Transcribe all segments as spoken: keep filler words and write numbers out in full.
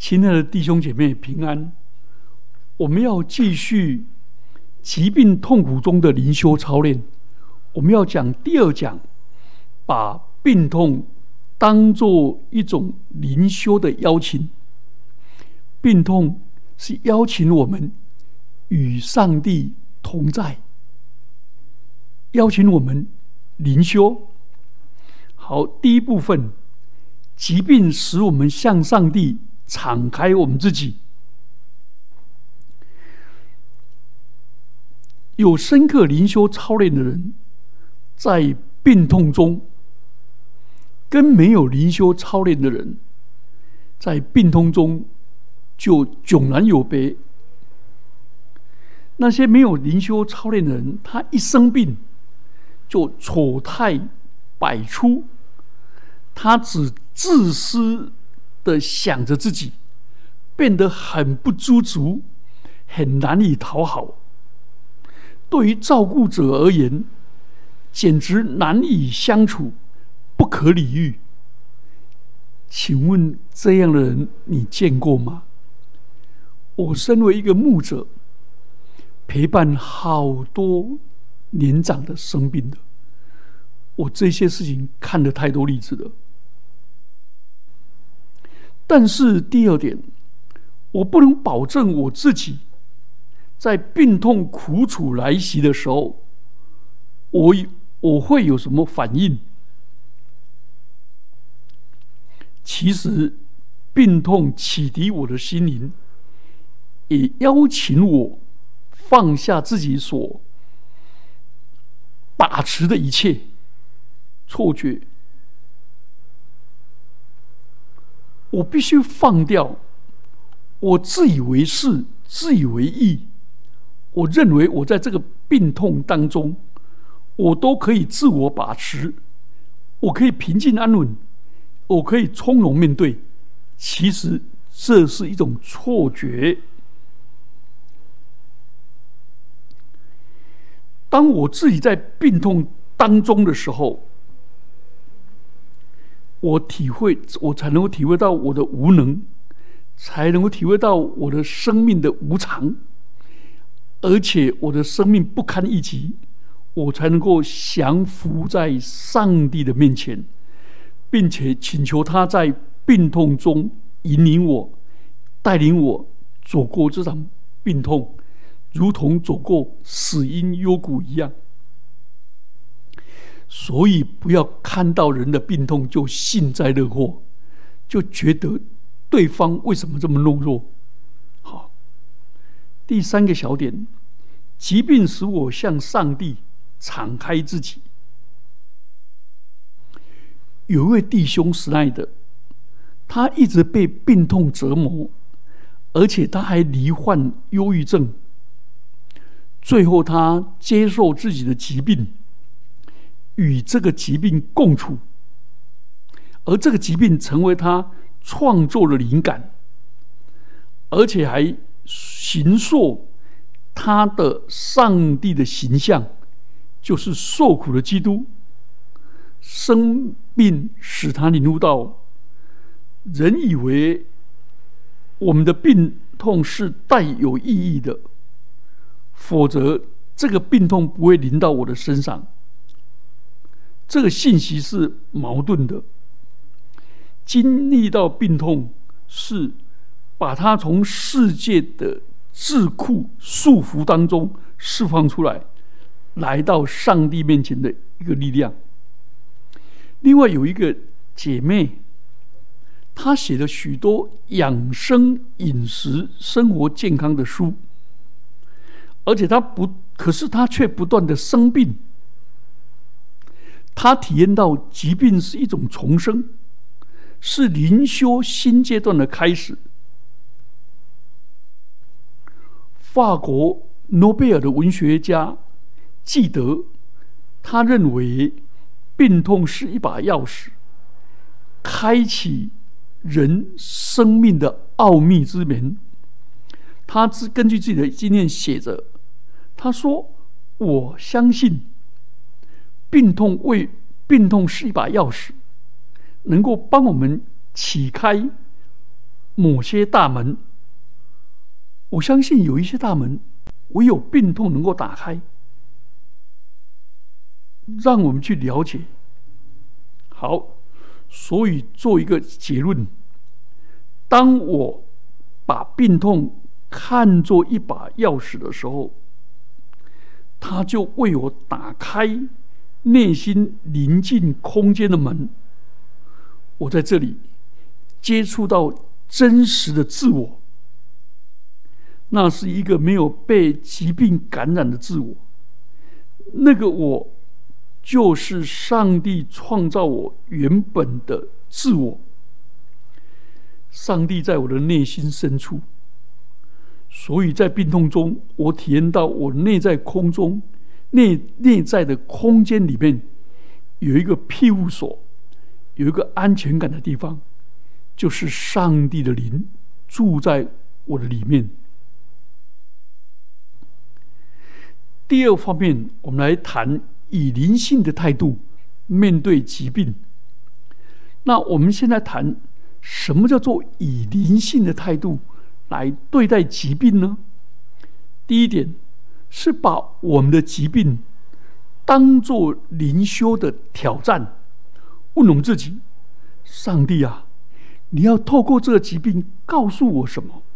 亲爱的弟兄姐妹平安，我们要继续疾病痛苦中的灵修操练。我们要讲第二讲，把病痛当作一种灵修的邀请。病痛是邀请我们与上帝同在，邀请我们灵修。好，第一部分，疾病使我们向上帝敞开我们自己。有深刻灵修操练的人，在病痛中，跟没有灵修操练的人，在病痛中就迥然有别。那些没有灵修操练的人，他一生病就丑态百出，他只自私的想着自己，变得很不知足，很难以讨好。对于照顾者而言，简直难以相处，不可理喻。请问这样的人你见过吗？我身为一个牧者，陪伴好多年长的生病的，我这些事情看了太多例子了。但是第二点，我不能保证我自己在病痛苦楚来袭的时候，我我会有什么反应？其实，病痛启迪我的心灵，也邀请我放下自己所把持的一切错觉。我必须放掉我自以为是、自以为意。我认为我在这个病痛当中，我都可以自我把持，我可以平静安稳，我可以从容面对。其实这是一种错觉。当我自己在病痛当中的时候，我体会，我才能够体会到我的无能，才能够体会到我的生命的无常，而且我的生命不堪一击，我才能够降服在上帝的面前，并且请求他在病痛中引领我，带领我走过这场病痛，如同走过死荫幽谷一样。所以不要看到人的病痛就幸灾乐祸，就觉得对方为什么这么懦弱。好，第三个小点，疾病使我向上帝敞开自己。有一位弟兄史奈德，他一直被病痛折磨，而且他还罹患忧郁症。最后他接受自己的疾病，与这个疾病共处，而这个疾病成为他创作的灵感，而且还形塑他的上帝的形象，就是受苦的基督。生病使他领悟到，人以为我们的病痛是带有意义的，否则这个病痛不会临到我的身上。这个信息是矛盾的。经历到病痛，是把它从世界的桎梏束缚当中释放出来，来到上帝面前的一个力量。另外有一个姐妹，她写了许多养生饮食生活健康的书，而且她不可是她却不断的生病。她体验到疾病是一种重生，是灵修新阶段的开始。法国诺贝尔的文学家纪德，他认为病痛是一把钥匙，开启人生命的奥秘之门。他根据自己的经验写着，他说：“我相信病痛为病痛是一把钥匙，能够帮我们启开某些大门，我相信有一些大门唯有病痛能够打开，让我们去了解。好，所以做一个结论，当我把病痛看作一把钥匙的时候，它就为我打开内心临近空间的门。我在这里接触到真实的自我，那是一个没有被疾病感染的自我。那个我就是上帝创造我原本的自我。上帝在我的内心深处，所以在病痛中，我体验到我内在空中内内在的空间里面有一个庇护所，有一个安全感的地方，就是上帝的灵住在我的里面。第二方面，我们来谈以灵性的态度面对疾病。那我们现在谈什么叫做以灵性的态度来对待疾病呢？第一点是把我们的疾病当作灵修的挑战，问我们自己：上帝啊，你要透过这个疾病告诉我什么？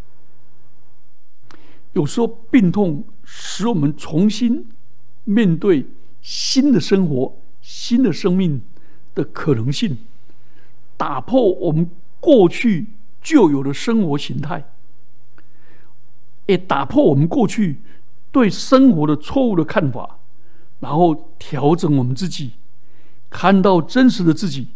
有时候病痛使我们重新面对新的生活、新的生命的可能性，打破我们过去旧有的生活形态，也打破我们过去对生活的错误的看法，然后调整我们自己，看到真实的自己。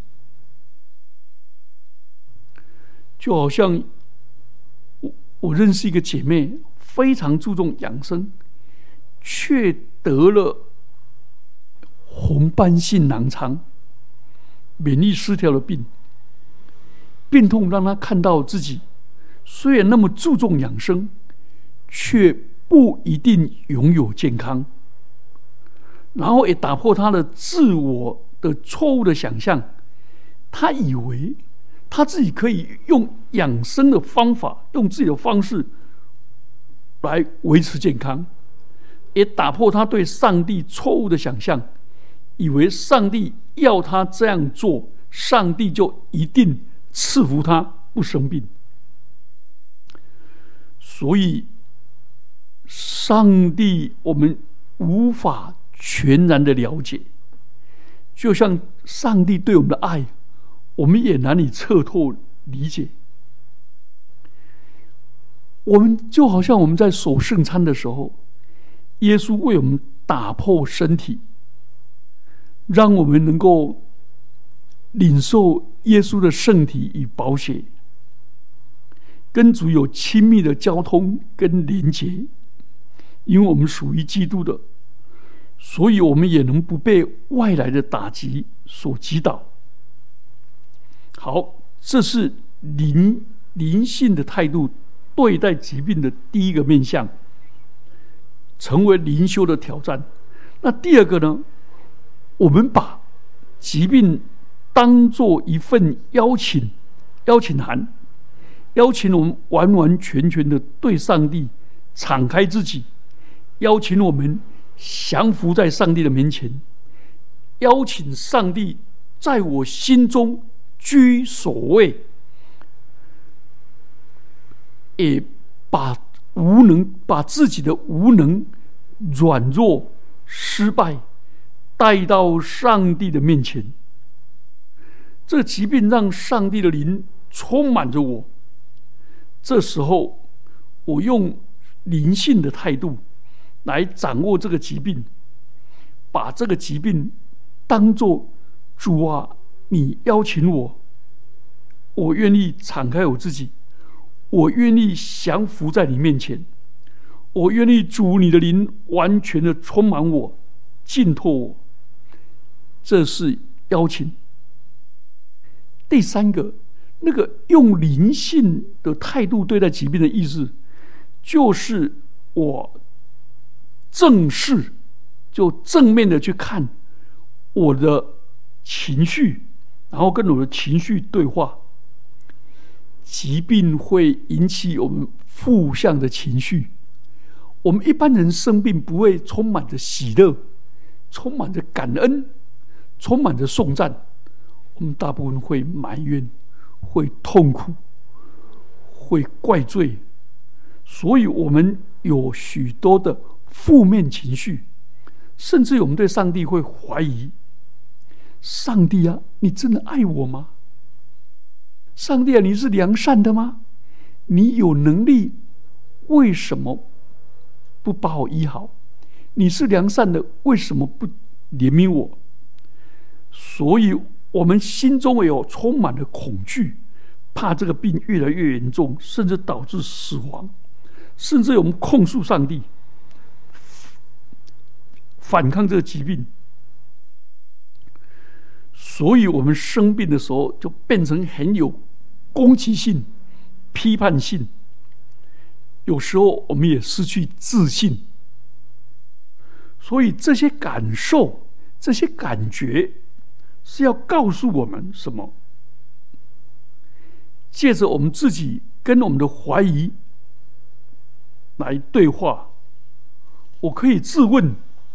就好像 我, 我认识一个姐妹，非常注重养生，却得了红斑性囊疮，免疫失调的病。病痛让她看到自己虽然那么注重养生，却不一定拥有健康，然后也打破她的自我的错误的想象。她以为她自己可以用养生的方法，用自己的方式来维持健康，也打破她对上帝错误的想象，以为上帝要她这样做，上帝就一定赐福她不生病。所以上帝我们无法全然的了解，就像上帝对我们的爱，我们也难以彻透理解。我们就好像我们在守圣餐的时候，耶稣为我们打破身体，让我们能够领受耶稣的圣体与宝血，跟主有亲密的交通跟连结。因为我们属于基督的，所以我们也能不被外来的打击所击倒。好，这是灵灵性的态度对待疾病的第一个面向，成为灵修的挑战。那第二个呢？我们把疾病当作一份邀请，邀请函，邀请我们完完全全的对上帝敞开自己，邀请我们降服在上帝的面前，邀请上帝在我心中居首位，也把无能，把自己的无能、软弱、失败带到上帝的面前。这疾病让上帝的灵充满着我，这时候我用灵性的态度来掌握这个疾病，把这个疾病当作主啊，你邀请我，我愿意敞开我自己，我愿意降服在你面前，我愿意主你的灵完全的充满我，浸透我。这是邀请。第三个，那个用灵性的态度对待疾病的意思，就是我正视，就正面的去看我的情绪，然后跟我的情绪对话。 疾病会引起我们负向的情绪。我们一般人生病不会充满着喜乐，充满着感恩，充满着颂赞，我们大部分会埋怨，会痛苦，会怪罪。所以我们有许多的负面情绪，甚至我们对上帝会怀疑：上帝啊，你真的爱我吗？上帝啊，你是良善的吗？你有能力，为什么不把我医好？你是良善的，为什么不怜悯我？所以我们心中有充满了恐惧，怕这个病越来越严重，甚至导致死亡，甚至我们控诉上帝，反抗这个疾病。所以我们生病的时候就变成很有攻击性、批判性，有时候我们也失去自信。所以这些感受、这些感觉是要告诉我们什么？借着我们自己跟我们的怀疑来对话，我可以自问：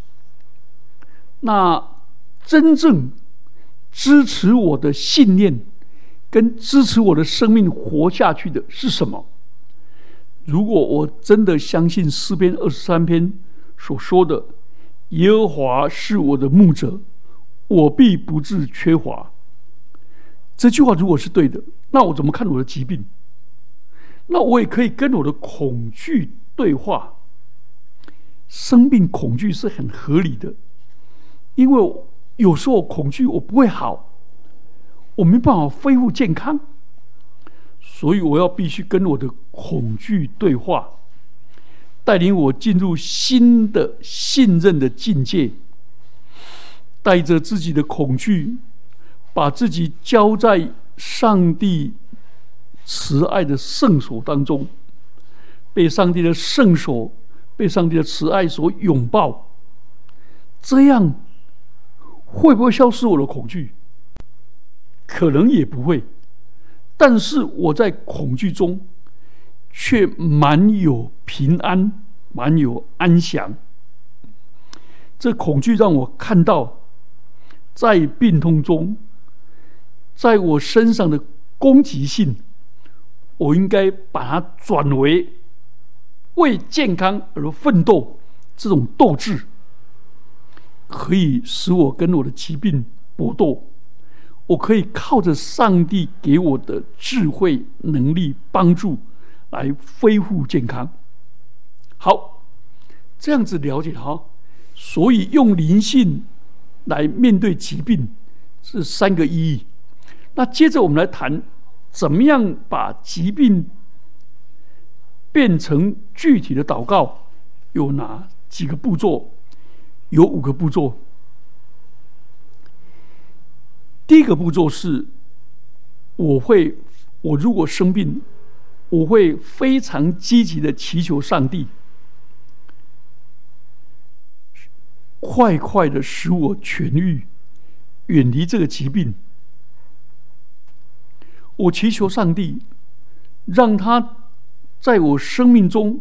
那真正支持我的信念跟支持我的生命活下去的是什么？如果我真的相信诗篇二十三篇所说的耶和华是我的牧者，我必不致缺乏，这句话如果是对的，那我怎么看我的疾病？那我也可以跟我的恐惧对话。生病恐惧是很合理的，因为有时候恐惧我不会好，我没办法恢复健康，所以我要必须跟我的恐惧对话，带领我进入新的信任的境界，带着自己的恐惧，把自己交在上帝慈爱的圣手当中，被上帝的圣手、被上帝的慈爱所拥抱。这样会不会消失我的恐惧？可能也不会，但是我在恐惧中却蛮有平安，蛮有安详。这恐惧让我看到，在病痛中，在我身上的攻击性，我应该把它转为为健康而奋斗，这种斗志可以使我跟我的疾病搏斗。我可以靠着上帝给我的智慧、能力、帮助来恢复健康。好，这样子了解哈。所以用灵性来面对疾病是三个意义。那接着我们来谈，怎么样把疾病变成具体的祷告，有哪几个步骤？有五个步骤。第一个步骤是，我会，我如果生病，我会非常积极的祈求上帝，快快的使我痊愈，远离这个疾病。我祈求上帝，让他在我生命中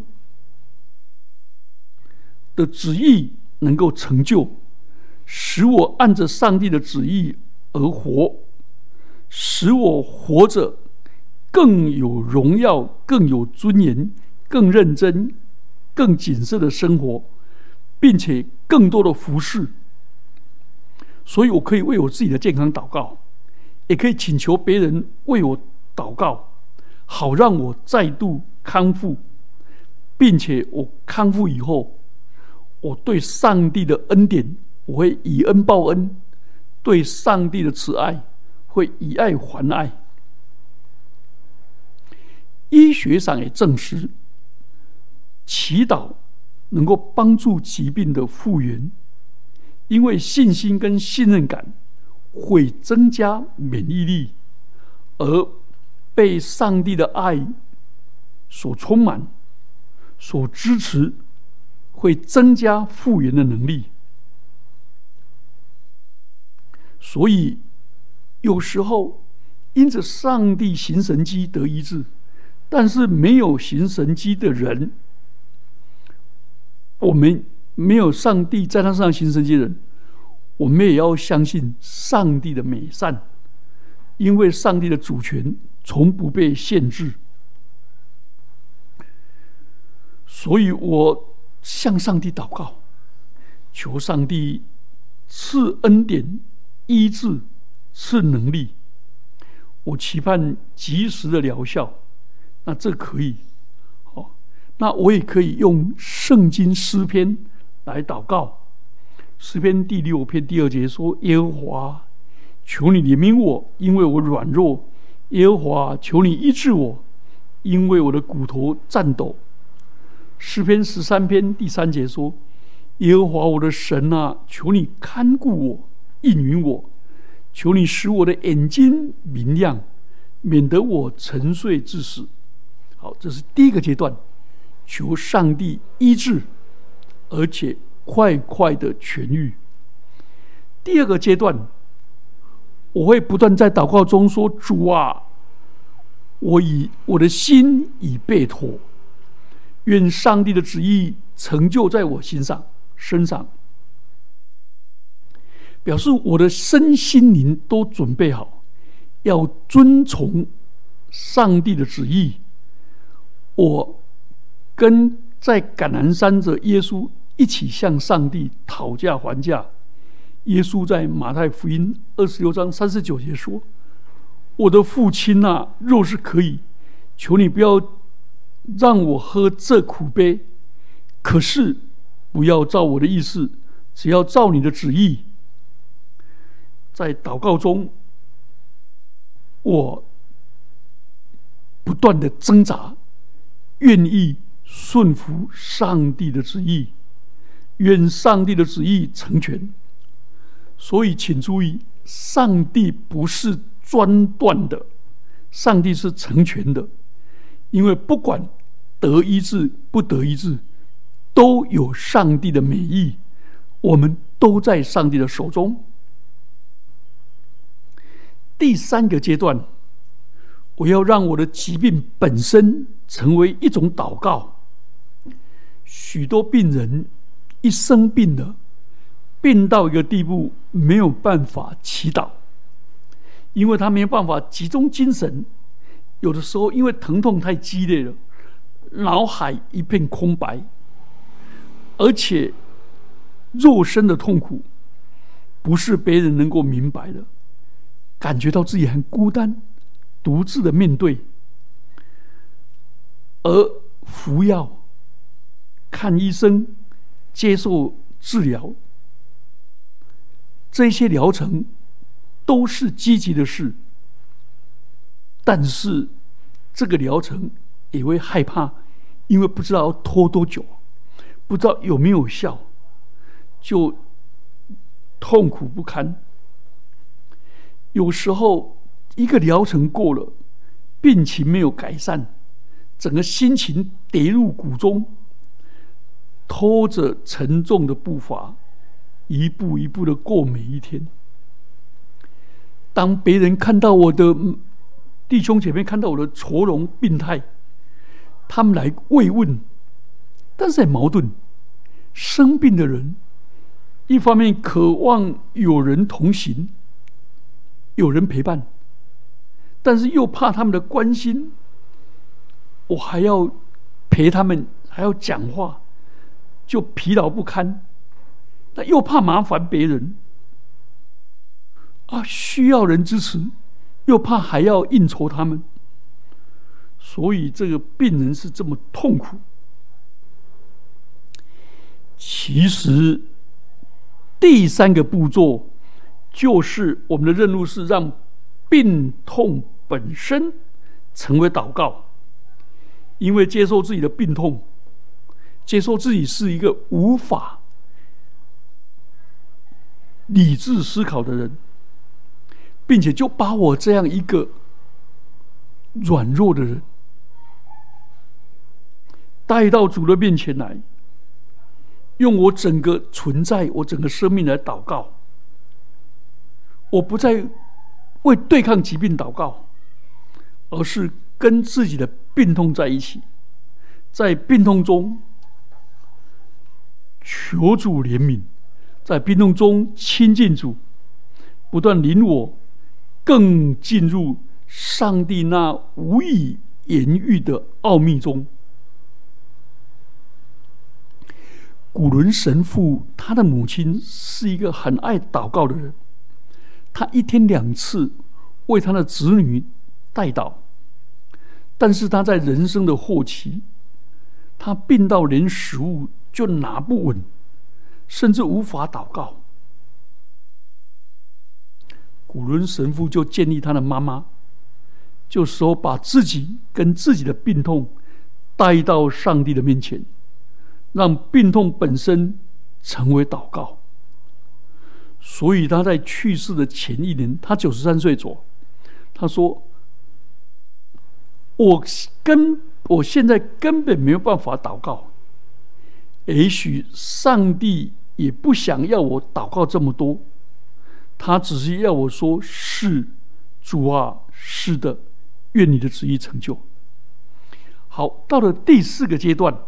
的旨意能够成就，使我按着上帝的旨意而活，使我活着更有荣耀、更有尊严、更认真、更谨慎的生活，并且更多的服侍。所以我可以为我自己的健康祷告，也可以请求别人为我祷告，好让我再度康复，并且我康复以后，我对上帝的恩典，我会以恩报恩，对上帝的慈爱会以爱还爱。医学上也证实，祈祷能够帮助疾病的复原，因为信心跟信任感会增加免疫力，而被上帝的爱所充满、所支持，会增加复原的能力。所以有时候因此上帝行神迹得医治，但是没有行神迹的人，我们没有上帝在他身上行神迹的人，我们也要相信上帝的美善，因为上帝的主权从不被限制。所以我向上帝祷告，求上帝赐恩典、医治、赐能力。我期盼及时的疗效，那这可以。哦，那我也可以用圣经诗篇来祷告。诗篇第六篇第二节说：耶和华，求你怜悯我，因为我软弱；耶和华，求你医治我，因为我的骨头颤抖。诗篇十三篇第三节说：耶和华我的神啊，求你看顾我，应允我，求你使我的眼睛明亮，免得我沉睡致死。好，这是第一个阶段，求上帝医治，而且快快的痊愈。第二个阶段，我会不断在祷告中说：主啊，我以我的心已备妥，愿上帝的旨意成就在我心上身上。表示我的身心灵都准备好，要遵从上帝的旨意。我跟在橄榄山的耶稣一起向上帝讨价还价。耶稣在马太福音二十六章三十九节说：我的父亲啊，若是可以，求你不要让我喝这苦杯，可是不要照我的意思，只要照你的旨意。在祷告中，我不断的挣扎，愿意顺服上帝的旨意，愿上帝的旨意成全。所以请注意，上帝不是专断的，上帝是成全的。因为不管得医治不得医治，都有上帝的美意，我们都在上帝的手中。第三个阶段，我要让我的疾病本身成为一种祷告。许多病人一生病了，病到一个地步没有办法祈祷，因为他没有办法集中精神，有的时候因为疼痛太激烈了，脑海一片空白，而且肉身的痛苦不是别人能够明白的，感觉到自己很孤单，独自的面对。而服药、看医生、接受治疗，这些疗程都是积极的事，但是这个疗程也会害怕，因为不知道要拖多久，不知道有没有效，就痛苦不堪。有时候一个疗程过了，病情没有改善，整个心情跌入谷中，拖着沉重的步伐，一步一步的过每一天。当别人看到我的弟兄姐妹看到我的愁容病态，他们来慰问，但是很矛盾。生病的人一方面渴望有人同行，有人陪伴，但是又怕他们的关心，我还要陪他们，还要讲话，就疲劳不堪。那又怕麻烦别人啊，需要人支持，又怕还要应酬他们，所以这个病人是这么痛苦。其实第三个步骤就是我们的任务是让病痛本身成为祷告，因为接受自己的病痛，接受自己是一个无法理智思考的人，并且就把我这样一个软弱的人带到主的面前来，用我整个存在，我整个生命来祷告。我不再为对抗疾病祷告，而是跟自己的病痛在一起，在病痛中求主怜悯，在病痛中亲近主，不断领我更进入上帝那无以言喻的奥秘中。古伦神父他的母亲是一个很爱祷告的人，他一天两次为他的子女代祷，但是他在人生的后期，他病到连食物就拿不稳，甚至无法祷告。古伦神父就建议他的妈妈，就说把自己跟自己的病痛带到上帝的面前，让病痛本身成为祷告。所以他在去世的前一年，他九十三岁左，他说：“我根我现在根本没有办法祷告，也许上帝也不想要我祷告这么多，他只是要我说是，主啊，是的，愿你的旨意成就。”好，到了第四个阶段，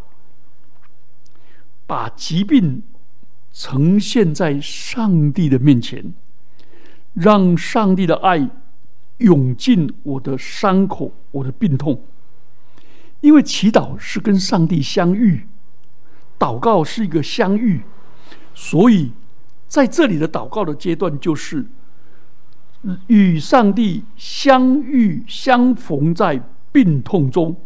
把疾病呈现在上帝的面前，让上帝的爱涌进我的伤口，我的病痛。因为祈祷是跟上帝相遇，祷告是一个相遇，所以在这里的祷告的阶段，就是与上帝相遇相逢在病痛中。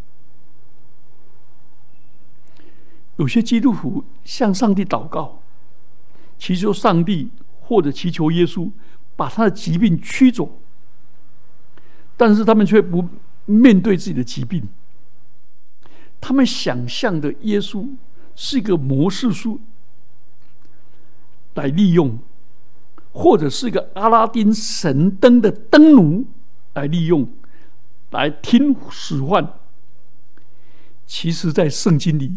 有些基督徒向上帝祷告，祈求上帝或者祈求耶稣把他的疾病驱走，但是他们却不面对自己的疾病。他们想象的耶稣是一个魔术师来利用，或者是一个阿拉丁神灯的灯奴来利用，来听使唤。其实在圣经里，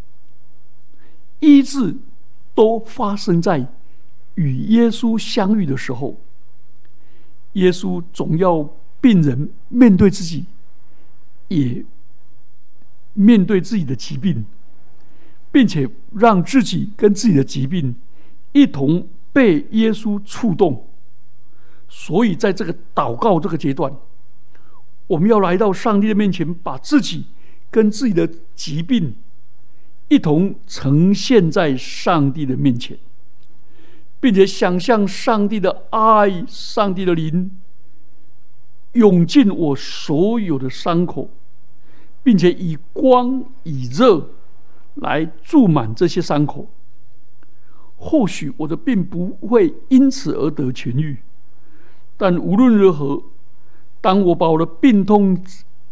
医治都发生在与耶稣相遇的时候。耶稣总要病人面对自己，也面对自己的疾病，并且让自己跟自己的疾病一同被耶稣触动。所以在这个祷告这个阶段，我们要来到上帝的面前，把自己跟自己的疾病一同呈现在上帝的面前，并且想象上帝的爱、上帝的灵涌进我所有的伤口，并且以光以热来注满这些伤口。或许我的病不会因此而得痊愈，但无论如何，当我把我的病痛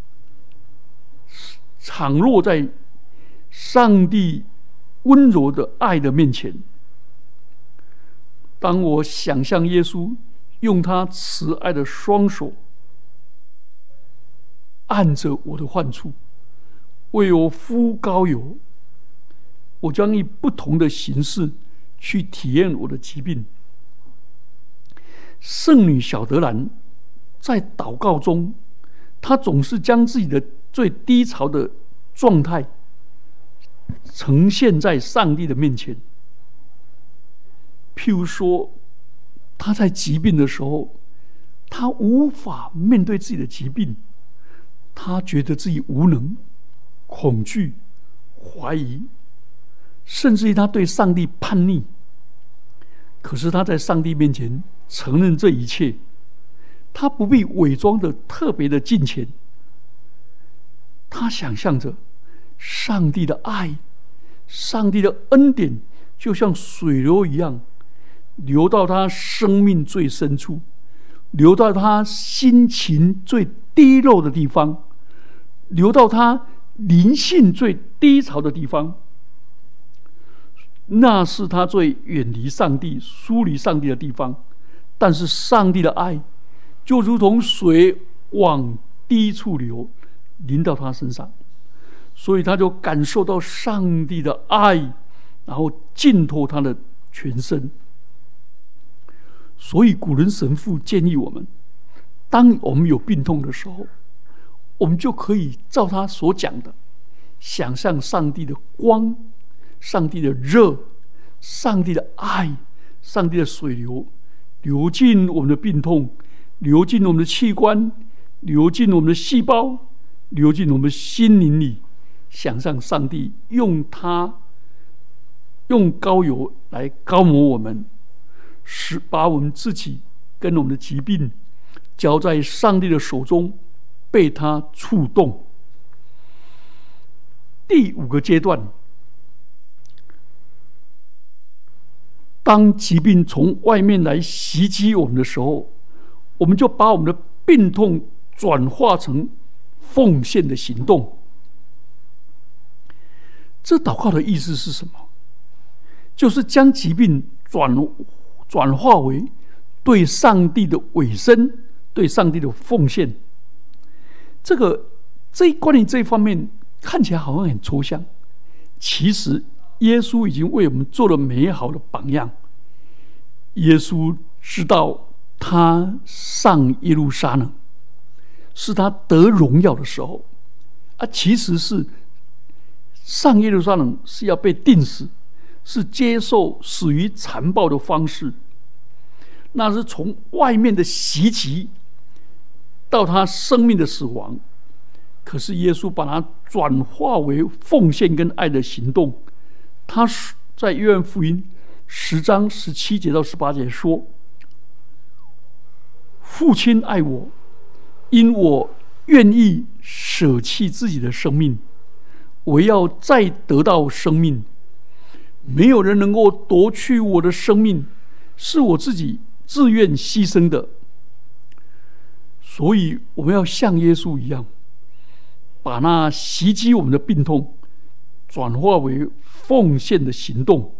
敞露在上帝温柔的爱的面前，当我想象耶稣用他慈爱的双手按着我的患处，为我敷膏油，我将以不同的形式去体验我的疾病。圣女小德兰在祷告中，她总是将自己的最低潮的状态呈现在上帝的面前。譬如说，他在疾病的时候，他无法面对自己的疾病，他觉得自己无能、恐惧、怀疑，甚至于他对上帝叛逆。可是他在上帝面前承认这一切，他不必伪装的特别的敬虔，他想象着上帝的爱、上帝的恩典就像水流一样，流到他生命最深处，流到他心情最低落的地方，流到他灵性最低潮的地方。那是他最远离上帝、疏离上帝的地方。但是上帝的爱就如同水往低处流，淋到他身上，所以他就感受到上帝的爱，然后浸透他的全身。所以古伦神父建议我们， 当我们有病痛的时候，我们就可以照他所讲的，想象上帝的光、上帝的热、上帝的爱、上帝的水流流进我们的病痛，流进我们的器官，流进我们的细胞，流进我们的心灵里。想象上帝用他用膏油来膏抹我们，使把我们自己跟我们的疾病交在上帝的手中，被他触动。第五个阶段，当疾病从外面来袭击我们的时候，我们就把我们的病痛转化成奉献的行动。这祷告的意思是什么？就是将疾病转转化为对上帝的委身，对上帝的奉献。这个这关于这一方面看起来好像很抽象，其实耶稣已经为我们做了美好的榜样。耶稣知道他上耶路撒冷是他得荣耀的时候啊，其实是上耶路撒冷是要被钉死，是接受死于残暴的方式，那是从外面的袭击到他生命的死亡。可是耶稣把它转化为奉献跟爱的行动。他在约翰福音十章十七节到十八节说：父亲爱我，因我愿意舍弃自己的生命，我要再得到生命。没有人能够夺去我的生命，是我自己自愿牺牲的。所以我们要像耶稣一样，把那袭击我们的病痛转化为奉献的行动。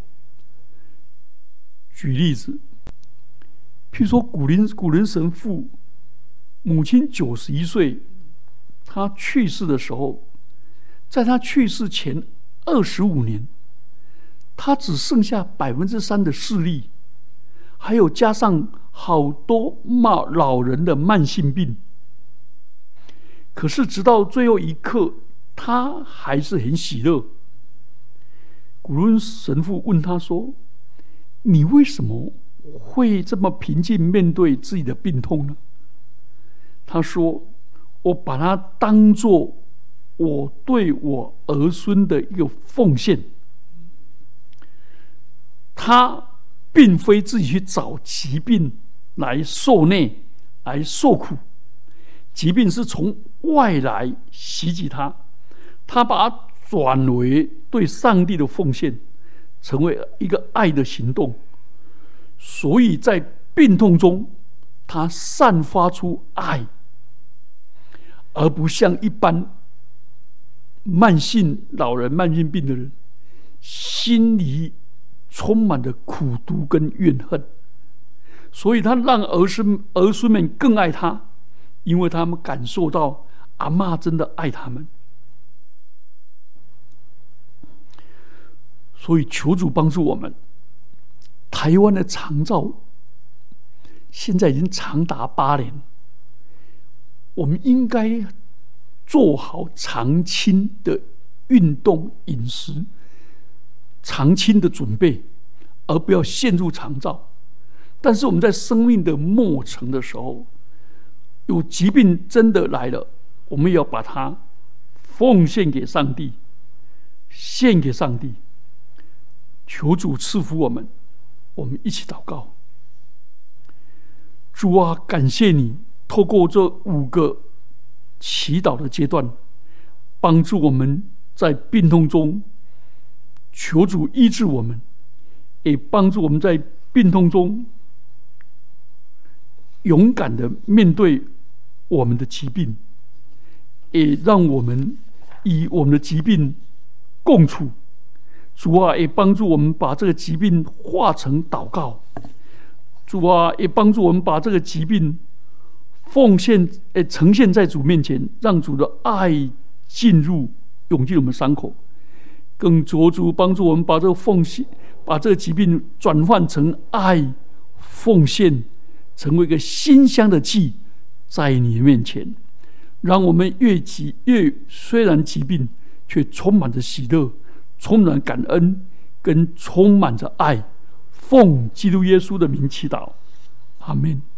举例子，譬如说古林古人神父母亲九十一岁，他去世的时候，在他去世前二十五年，他只剩下百分之三的视力，还有加上好多老人的慢性病。可是直到最后一刻，他还是很喜乐。古伦神父问他说：你为什么会这么平静面对自己的病痛呢？他说：我把它当作我对我儿孙的一个奉献。他并非自己去找疾病来受累，来受苦，疾病是从外来袭击他，他把它转为对上帝的奉献，成为一个爱的行动。所以在病痛中，他散发出爱，而不像一般慢性老人、慢性病的人，心里充满了苦毒跟怨恨。所以他让儿孙儿孙们更爱他，因为他们感受到阿嬷真的爱他们。所以求主帮助我们。台湾的长照现在已经长达八年，我们应该做好长青的运动、饮食、长青的准备，而不要陷入长照。但是我们在生命的末程的时候，有疾病真的来了，我们也要把它奉献给上帝，献给上帝。求主赐福我们。我们一起祷告。主啊，感谢你透过这五个祈祷的阶段，帮助我们在病痛中，求主医治我们，也帮助我们在病痛中勇敢的面对我们的疾病，也让我们以我们的疾病共处。主啊，也帮助我们把这个疾病化成祷告。主啊，也帮助我们把这个疾病奉献，诶，呈现在主面前，让主的爱进入，涌进我们伤口。更求主帮助我们把这个奉献，把这个疾病转换成爱、奉献，成为一个馨香的祭， 在你的面前，让我们越疾越虽然疾病，却充满着喜乐，充满感恩，跟充满着爱。奉基督耶稣的名祈祷，阿们。